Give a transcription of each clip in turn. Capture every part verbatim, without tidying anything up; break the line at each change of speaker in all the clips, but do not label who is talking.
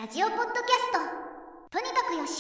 ラジオポッドキャスト、とにかくよし。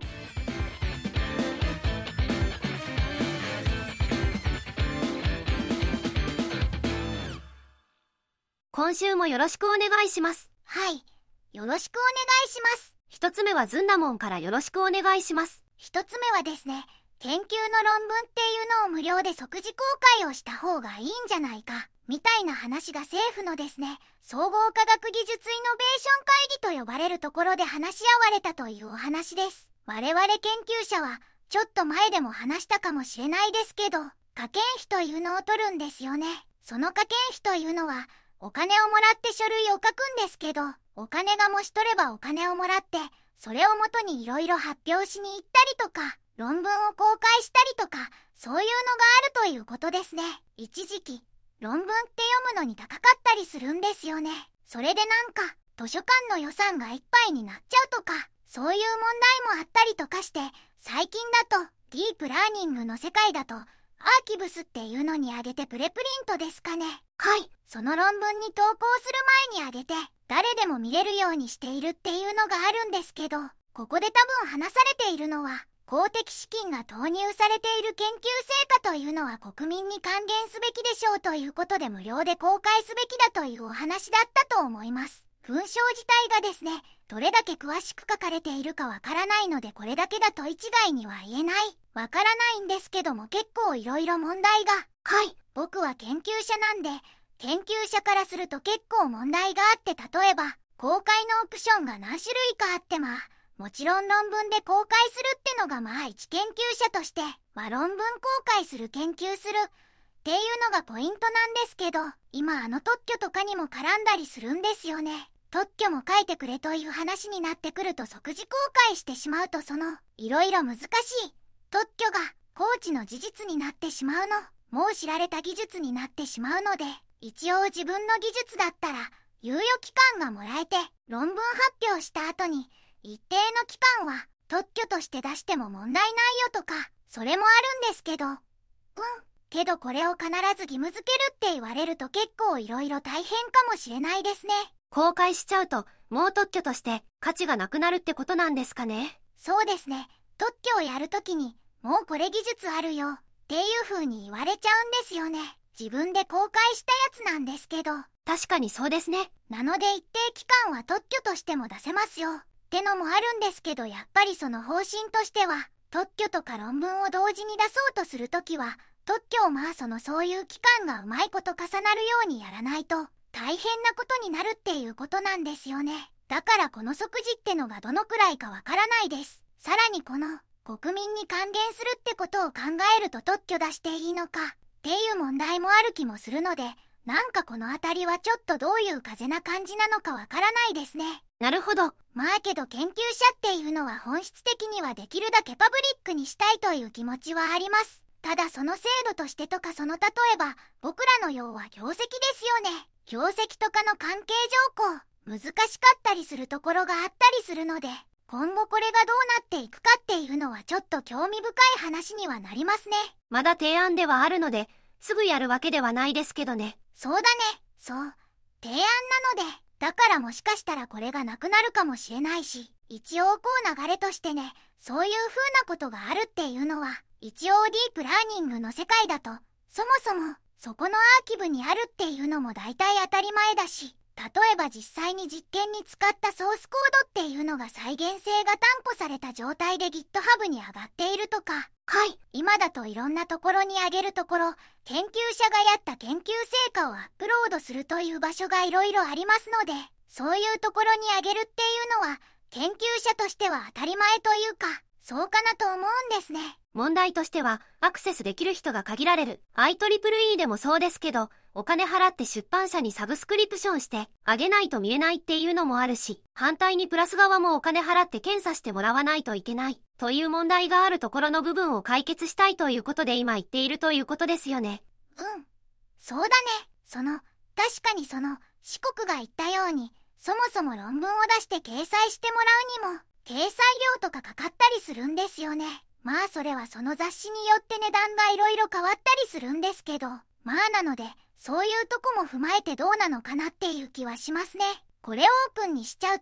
今週もよろしくお願いします。
はい、よろしくお願いします。
一つ目はずんだもんからよろしくお願いします。
一つ目はですね、研究の論文っていうのを無料で即時公開をした方がいいんじゃないかみたいな話が政府のですね、総合科学技術イノベーション会議と呼ばれるところで話し合われたというお話です。我々研究者はちょっと前でも話したかもしれないですけど、科研費というのを取るんですよね。その科研費というのはお金をもらって書類を書くんですけど、お金がもし取ればお金をもらってそれをもとにいろいろ発表しに行ったりとか論文を公開したりとか、そういうのがあるということですね。一時期論文って読むのに高かったりするんですよね。それでなんか図書館の予算がいっぱいになっちゃうとか、そういう問題もあったりとかして、最近だとディープラーニングの世界だとアーキブスっていうのにあげてプレプリントですかね。
はい。
その論文に投稿する前にあげて誰でも見れるようにしているっていうのがあるんですけど、ここで多分話されているのは公的資金が投入されている研究成果というのは国民に還元すべきでしょうということで無料で公開すべきだというお話だったと思います。文章自体がですね、どれだけ詳しく書かれているかわからないのでこれだけだと一概には言えない。わからないんですけども結構いろいろ問題が。
はい。
僕は研究者なんで、研究者からすると結構問題があって、例えば公開のオプションが何種類かあってまあ、もちろん論文で公開するってのがまあ一研究者として、まあ論文公開する研究するっていうのがポイントなんですけど、今あの特許とかにも絡んだりするんですよね。特許も書いてくれという話になってくると即時公開してしまうとその、いろいろ難しい特許が高知の事実になってしまうの。もう知られた技術になってしまうので、一応自分の技術だったら猶予期間がもらえて、論文発表した後に一定の期間は特許として出しても問題ないよとか、それもあるんですけど、うんけどこれを必ず義務付けるって言われると結構いろいろ大変かもしれないですね。
公開しちゃうともう特許として価値がなくなるってことなんですかね。
そうですね。特許をやるときにもうこれ技術あるよっていう風に言われちゃうんですよね。自分で公開したやつなんですけど。
確かにそうですね。
なので一定期間は特許としても出せますよってのもあるんですけど、やっぱりその方針としては特許とか論文を同時に出そうとするときは特許をまあそのそういう期間がうまいこと重なるようにやらないと大変なことになるっていうことなんですよね。だからこの即時ってのがどのくらいかわからないです。さらにこの国民に還元するってことを考えると特許出していいのかっていう問題もある気もするので、なんかこのあたりはちょっとどういう風な感じなのかわからないですね。
なるほど。
まあけど研究者っていうのは本質的にはできるだけパブリックにしたいという気持ちはあります。ただその制度としてとかその例えば僕らの要は業績ですよね。業績とかの関係条項難しかったりするところがあったりするので、今後これがどうなっていくかっていうのはちょっと興味深い話にはなりますね。
まだ提案ではあるのですぐやるわけではないですけどね。
そうだね。そう。提案なので、だからもしかしたらこれがなくなるかもしれないし、一応こう流れとしてね、そういう風なことがあるっていうのは、一応ディープラーニングの世界だと、そもそもそこのアーキブにあるっていうのも大体当たり前だし、例えば実際に実験に使ったソースコードっていうのが再現性が担保された状態で GitHub に上がっているとか、
はい。
今だといろんなところに上げるところ、研究者がやった研究成果をアップロードするという場所がいろいろありますので、そういうところに上げるっていうのは研究者としては当たり前というか、そうかなと思うんですね。
問題としてはアクセスできる人が限られる アイトリプルイー でもそうですけど、お金払って出版社にサブスクリプションしてあげないと見えないっていうのもあるし、反対にプラス側もお金払って検査してもらわないといけないという問題があるところの部分を解決したいということで今言っているということですよね。
うん。そうだね。その、確かにその、四国が言ったように、そもそも論文を出して掲載してもらうにも、掲載料とかかかったりするんですよね。まあそれはその雑誌によって値段がいろいろ変わったりするんですけど、まあなので、そういうとこも踏まえてどうなのかなっていう気はしますね。これをオープンにしちゃうと、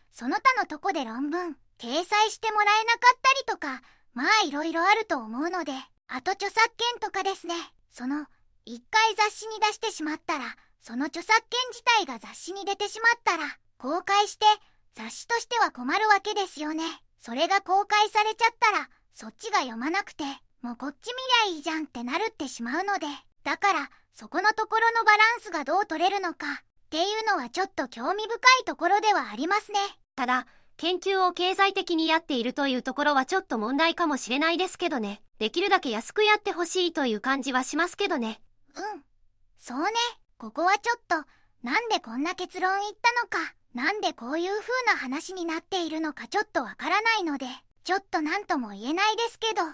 その他のとこで論文掲載してもらえなかったりとか、まあいろいろあると思うので、あと著作権とかですね。その一回雑誌に出してしまったら、その著作権自体が雑誌に出てしまったら、公開して雑誌としては困るわけですよね。それが公開されちゃったら、そっちが読まなくてもうこっち見りゃいいじゃんってなるってしまうので、だからそこのところのバランスがどう取れるのかっていうのはちょっと興味深いところではありますね。
ただ研究を経済的にやっているというところはちょっと問題かもしれないですけどね。できるだけ安くやってほしいという感じはしますけどね。
うん、そうね。ここはちょっとなんでこんな結論言ったのか、なんでこういう風な話になっているのかちょっとわからないので、ちょっと何とも言えないですけど。はい。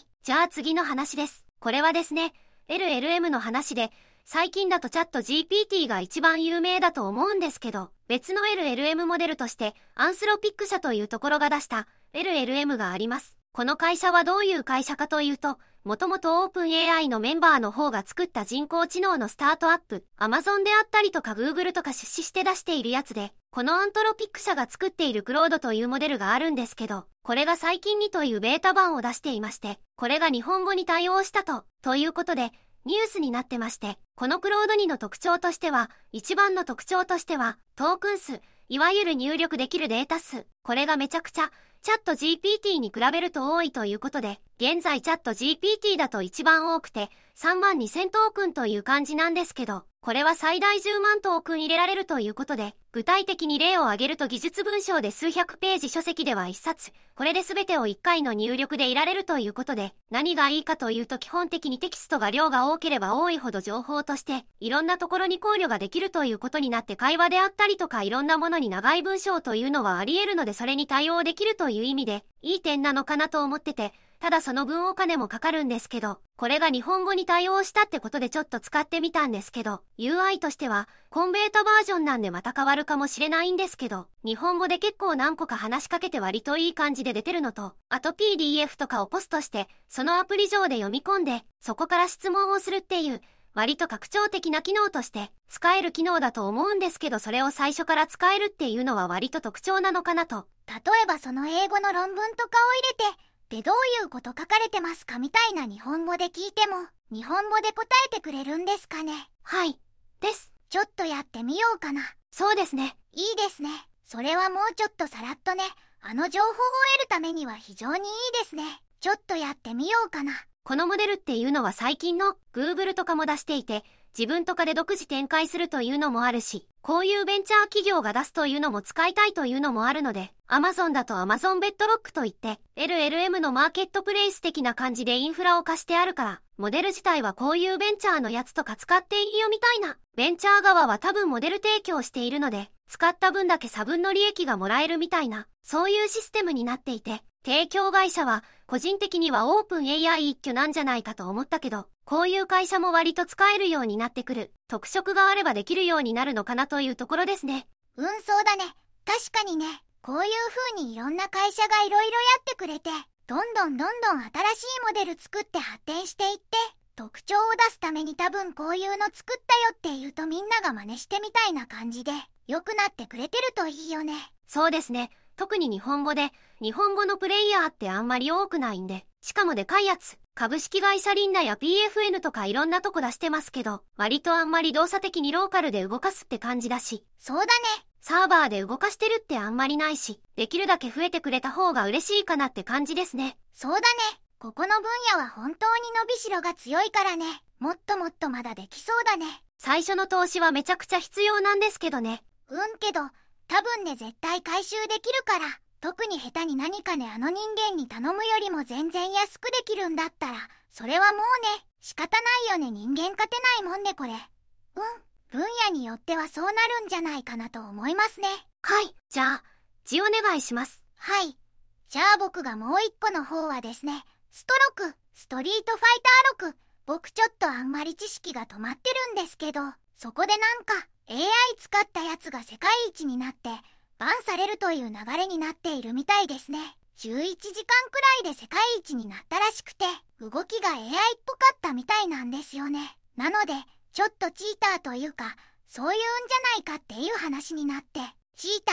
じゃあ次の話です。これはですね、エルエルエム の話で、最近だとチャット ジーピーティー が一番有名だと思うんですけど、別の エルエルエム モデルとしてアンスロピック社というところが出した エルエルエム があります。この会社はどういう会社かというと、もともとオープン エーアイ のメンバーの方が作った人工知能のスタートアップ、Amazon であったりとか Google とか出資して出しているやつで、このアントロピック社が作っているクロードというモデルがあるんですけど、これが最近にというベータ版を出していまして、これが日本語に対応したと、ということで、ニュースになってまして、このクロードにの特徴としては、一番の特徴としては、トークン数、いわゆる入力できるデータ数、これがめちゃくちゃ、チャット ジーピーティー に比べると多いということで、現在チャット ジーピーティー だと一番多くて、さんまんにせんトークンという感じなんですけど、これは最大じゅうまんトークン入れられるということで、具体的に例を挙げると技術文章で数百ページ書籍ではいっさつ、これで全てをいっかいの入力で得られるということで、何がいいかというと基本的にテキストが量が多ければ多いほど情報として、いろんなところに考慮ができるということになって会話であったりとかいろんなものに長い文章というのはあり得るのでそれに対応できるという意味で、いい点なのかなと思ってて、ただその分お金もかかるんですけど、これが日本語に対応したってことでちょっと使ってみたんですけど、ユーアイ としては、コンベータバージョンなんでまた変わるかもしれないんですけど、日本語で結構何個か話しかけて割といい感じで出てるのと、あと ピーディーエフ とかをポストして、そのアプリ上で読み込んで、そこから質問をするっていう、割と拡張的な機能として使える機能だと思うんですけど、それを最初から使えるっていうのは割と特徴なのかなと。
例えばその英語の論文とかを入れて、でどういうこと書かれてますかみたいな日本語で聞いても、日本語で答えてくれるんですかね。
はい。です。
ちょっとやってみようかな。
そうですね。
いいですね。それはもうちょっとさらっとね。あの情報を得るためには非常にいいですね。ちょっとやってみようかな。
このモデルっていうのは最近の Google とかも出していて、自分とかで独自展開するというのもあるし、こういうベンチャー企業が出すというのも使いたいというのもあるので、Amazon だと Amazon ベッドロックといって、エルエルエム のマーケットプレイス的な感じでインフラを貸してあるから、モデル自体はこういうベンチャーのやつとか使っていいよみたいな。ベンチャー側は多分モデル提供しているので、使った分だけ差分の利益がもらえるみたいな、そういうシステムになっていて、提供会社は個人的にはオープン エーアイ 一挙なんじゃないかと思ったけど、こういう会社も割と使えるようになってくる。特色があればできるようになるのかなというところですね。
うん、そうだね。確かにね。こういう風にいろんな会社がいろいろやってくれて、どんどんどんどん新しいモデル作って発展していって、特徴を出すために多分こういうの作ったよって言うとみんなが真似してみたいな感じで、良くなってくれてるといいよね。
そうですね。特に日本語で、日本語のプレイヤーってあんまり多くないんで、しかもでかいやつ、株式会社リンナや ピーエフエヌ とかいろんなとこ出してますけど、割とあんまり動作的にローカルで動かすって感じだし。
そうだね。
サーバーで動かしてるってあんまりないし、できるだけ増えてくれた方が嬉しいかなって感じですね。
そうだね。ここの分野は本当に伸びしろが強いからね。もっともっとまだできそうだね。
最初の投資はめちゃくちゃ必要なんですけどね。
うんけど、多分ね絶対回収できるから。特に下手に何かねあの人間に頼むよりも全然安くできるんだったら、それはもうね、仕方ないよね。人間勝てないもんねこれ。うん。分野によってはそうなるんじゃないかなと思いますね。
はい。じゃあ、字お願いします。
はい。じゃあ僕がもう一個の方はですね、ストローク、ストリートファイターロク。僕ちょっとあんまり知識が止まってるんですけど、そこでなんか エーアイ 使ったやつが世界一になって、バンされるという流れになっているみたいですね。じゅういちじかんくらいで世界一になったらしくて、動きが エーアイ っぽかったみたいなんですよね。なので、ちょっとチーターというか、そういうんじゃないかっていう話になって、チーター、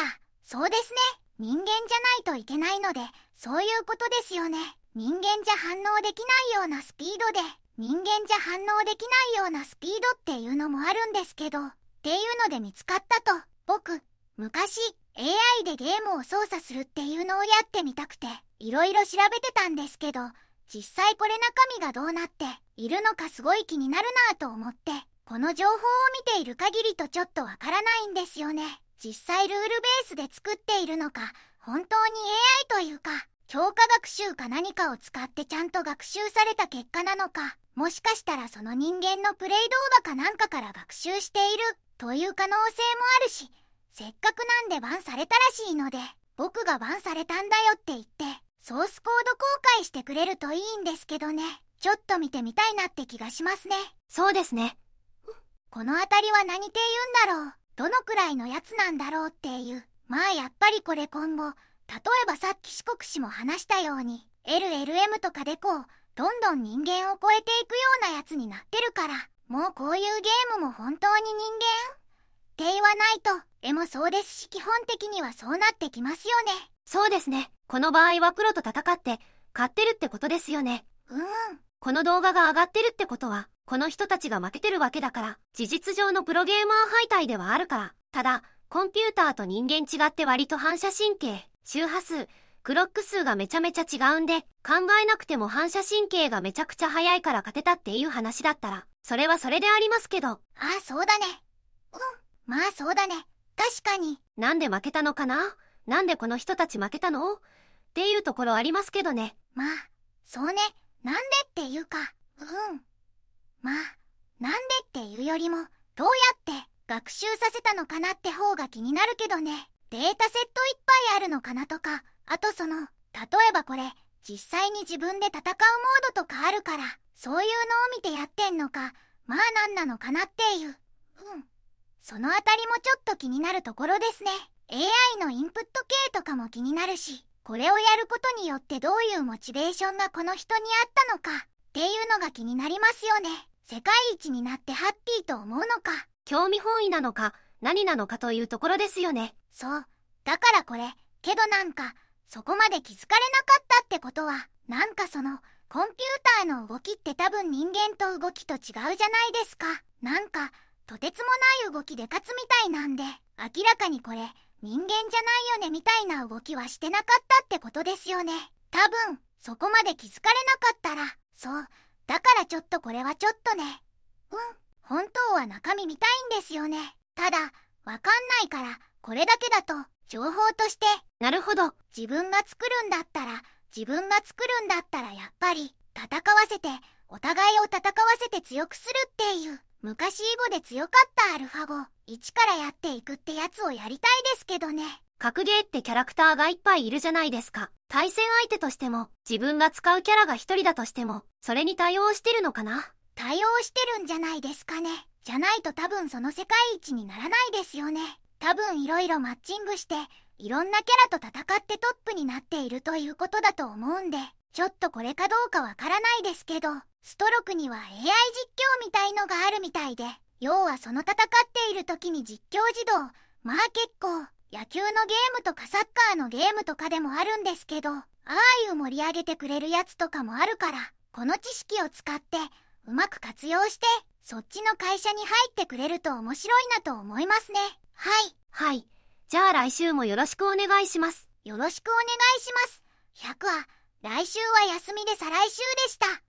そうですね。人間じゃないといけないので、そういうことですよね。人間じゃ反応できないようなスピードで、人間じゃ反応できないようなスピードっていうのもあるんですけど、っていうので見つかったと。僕、昔、エーアイ でゲームを操作するっていうのをやってみたくて、いろいろ調べてたんですけど、実際これ中身がどうなっているのかすごい気になるなぁと思って、この情報を見ている限りとちょっとわからないんですよね。実際ルールベースで作っているのか、本当に エーアイ というか、強化学習か何かを使ってちゃんと学習された結果なのか、もしかしたらその人間のプレイ動画かなんかから学習しているという可能性もあるし、せっかくなんでバンされたらしいので、僕がバンされたんだよって言って、ソースコード公開してくれるといいんですけどね。ちょっと見てみたいなって気がしますね。
そうですね。
この辺りは何て言うんだろう。どのくらいのやつなんだろうっていう。まあやっぱりこれ今後、例えばさっき四国氏も話したように、エルエルエム とかでこう、どんどん人間を超えていくようなやつになってるから、もうこういうゲームも本当に人間って言わないと、絵もそうですし基本的にはそうなってきますよね。
そうですね。この場合は黒と戦って、勝ってるってことですよね。
うん。
この動画が上がってるってことは、この人たちが負けてるわけだから、事実上のプロゲーマー敗退ではあるから。ただ、コンピューターと人間違って割と反射神経、周波数、クロック数がめちゃめちゃ違うんで、考えなくても反射神経がめちゃくちゃ速いから勝てたっていう話だったら、それはそれでありますけど。あ
あ、そうだね。うん。まあそうだね。確かに。
なんで負けたのかな？なんでこの人たち負けたの？っていうところありますけどね。
まあ、そうね。なんでっていうか、うん。まあ、なんでっていうよりも、どうやって学習させたのかなって方が気になるけどね。データセットいっぱいあるのかなとか、あとその、例えばこれ、実際に自分で戦うモードとかあるから、そういうのを見てやってんのか、まあなんなのかなっていう。うん。そのあたりもちょっと気になるところですね。エーアイ のインプット系とかも気になるし、これをやることによってどういうモチベーションがこの人にあったのかっていうのが気になりますよね。世界一になってハッピーと思うのか。
興味本位なのか、何なのかというところですよね。
そう。だからこれ、けどなんか、そこまで気づかれなかったってことは、なんかその、コンピューターの動きって多分人間と動きと違うじゃないですか。なんか、とてつもない動きで勝つみたいなんで、明らかにこれ、人間じゃないよねみたいな動きはしてなかったってことですよね。多分、そこまで気づかれなかったら、そう。だからちょっとこれはちょっとね。うん。本当は中身見たいんですよね。ただ、わかんないから、これだけだと、情報として。
なるほど。
自分が作るんだったら、自分が作るんだったらやっぱり、戦わせて、お互いを戦わせて強くするっていう、昔囲碁で強かったアルファ碁、一からやっていくってやつをやりたいですけどね。
格ゲーってキャラクターがいっぱいいるじゃないですか。対戦相手としても、自分が使うキャラが一人だとしても、それに対応してるのかな？
対応してるんじゃないですかね。じゃないと多分その世界一にならないですよね。多分いろいろマッチングして、いろんなキャラと戦ってトップになっているということだと思うんで、ちょっとこれかどうかわからないですけど、ストロクには エーアイ 実況みたいのがあるみたいで、要はその戦っている時に実況自動、まあ結構、野球のゲームとかサッカーのゲームとかでもあるんですけど、ああいう盛り上げてくれるやつとかもあるから、この知識を使って、うまく活用して、そっちの会社に入ってくれると面白いなと思いますね。はい。
はい。じゃあ来週もよろしくお願いします。
よろしくお願いします。ひゃくは、来週は休みで再来週でした。